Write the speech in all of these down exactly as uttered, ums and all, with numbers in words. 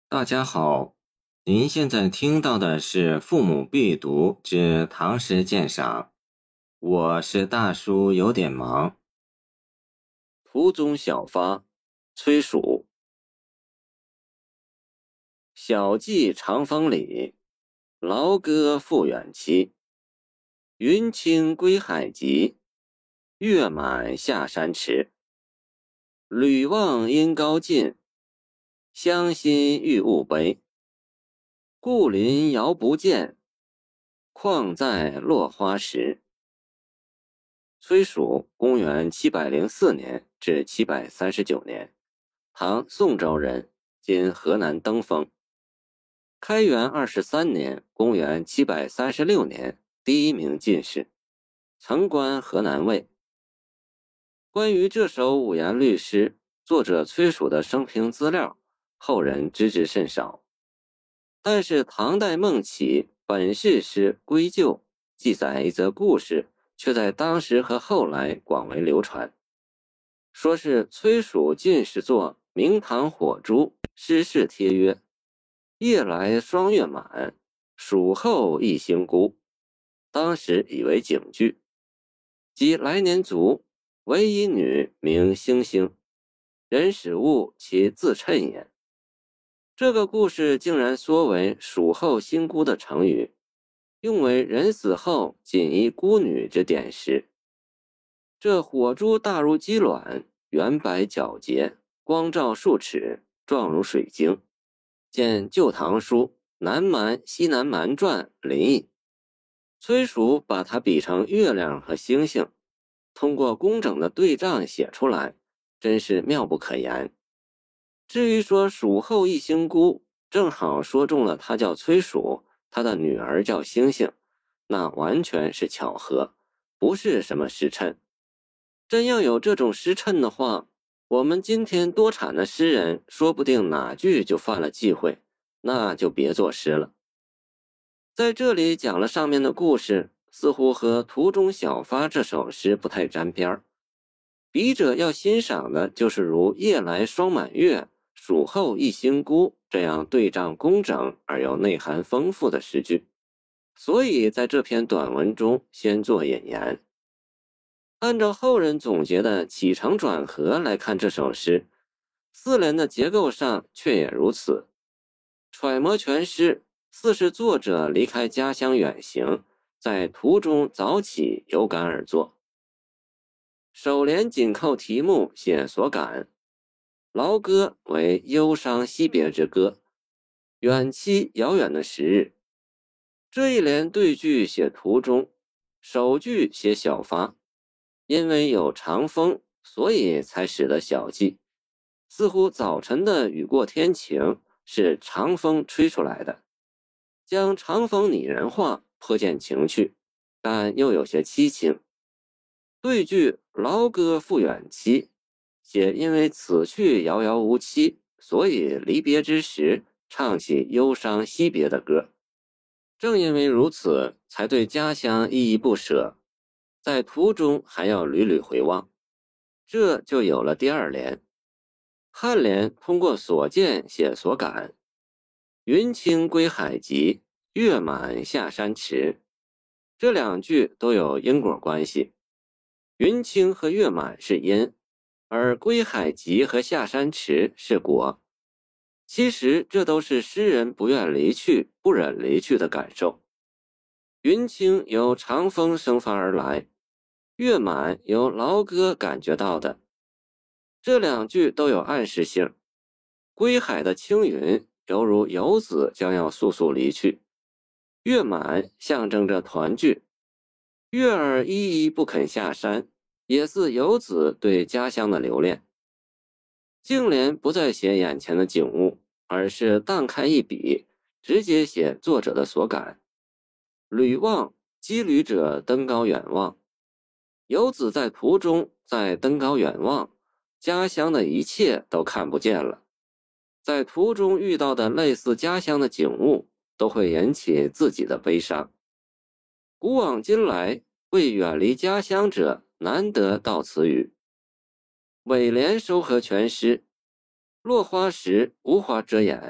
大家好，您现在听到的是《父母必读之唐诗鉴赏》，我是大叔，有点忙。途中小发，崔蜀。小骑长风里，劳歌复远期。云清归海极，月满下山池。吕望因高尽，乡心欲物悲。故林遥不见，况在落花时。崔蜀，公元七百零四年至七百三十九年，唐宋州人，今河南登封。开元二十三年，公元七百三十六年，第一名进士，曾官河南尉。关于这首五言律诗，作者崔蜀的生平资料，后人知之甚少。但是唐代孟起本事诗《归咎》记载一则故事，却在当时和后来广为流传。说是崔蜀进士作《明堂火烛》，诗事贴曰：夜来双月满，蜀后一星孤。当时以为警句，即来年卒，唯一女名星星，人使物其自称也。这个故事竟然缩为蜀后新姑的成语，用为人死后仅一孤女之典时。这火珠大如鸡卵，圆白皎洁，光照数尺，状如水晶。见《旧唐书·南蛮西南蛮传》林异。崔蜀把它比成月亮和星星，通过工整的对仗写出来，真是妙不可言。至于说蜀后一星姑，正好说中了他叫崔蜀，他的女儿叫星星，那完全是巧合，不是什么时辰。真要有这种时辰的话，我们今天多产的诗人说不定哪句就犯了忌讳，那就别作诗了。在这里讲了上面的故事，似乎和途中小发这首诗不太沾边儿。笔者要欣赏的就是如夜来双满月，蜀后一星孤这样对仗工整而又内涵丰富的诗句，所以在这篇短文中先做引言。按照后人总结的起承转合来看这首诗，四联的结构上却也如此。揣摩全诗，似是作者离开家乡远行，在途中早起有感而作。首联紧扣题目写所感，劳歌为忧伤惜别之歌，远期遥远的时日。这一联对句写途中，首句写小发，因为有长风，所以才使得小记，似乎早晨的雨过天晴是长风吹出来的，将长风拟人化，颇见情趣，但又有些凄情。对句劳歌复远期，写因为此去遥遥无期，所以离别之时唱起忧伤惜别的歌。正因为如此，才对家乡依依不舍，在途中还要屡屡回望，这就有了第二联。颔联通过所见写所感，云清归海极，月满下山池。这两句都有因果关系，云清和月满是因，而归海极和下山池是果。其实这都是诗人不愿离去、不忍离去的感受。云清由长风生发而来，月满由劳歌感觉到的。这两句都有暗示性。归海的青云犹如游子将要速速离去，月满象征着团聚，月儿依依不肯下山，也似游子对家乡的留恋。颈联不再写眼前的景物，而是荡开一笔，直接写作者的所感。履望，羁旅者登高远望，游子在途中，在登高远望，家乡的一切都看不见了。在途中遇到的类似家乡的景物，都会引起自己的悲伤。古往今来，为远离家乡者难得到此语。尾联收合全诗，落花时无花遮掩，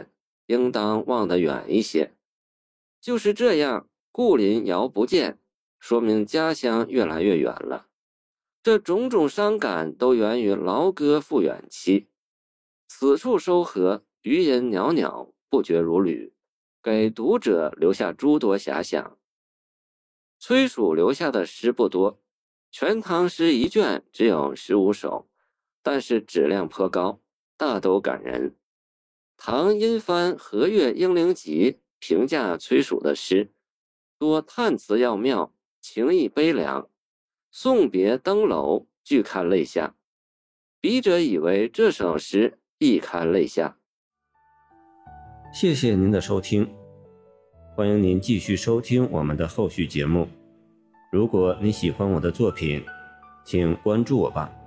应当望得远一些。就是这样，故邻遥不见，说明家乡越来越远了。这种种伤感都源于劳歌赴远期。此处收合，余音袅袅，不绝如缕，给读者留下诸多遐想。崔蜀留下的诗不多，全唐诗一卷只有十五首，但是质量颇高，大都感人。唐殷藩《和岳英灵集》评价崔蜀的诗，多叹词要妙，情意悲凉，送别登楼，俱堪泪下。笔者以为这首诗亦堪泪下。 谢谢您的收听，欢迎您继续收听我们的后续节目。如果你喜欢我的作品，请关注我吧。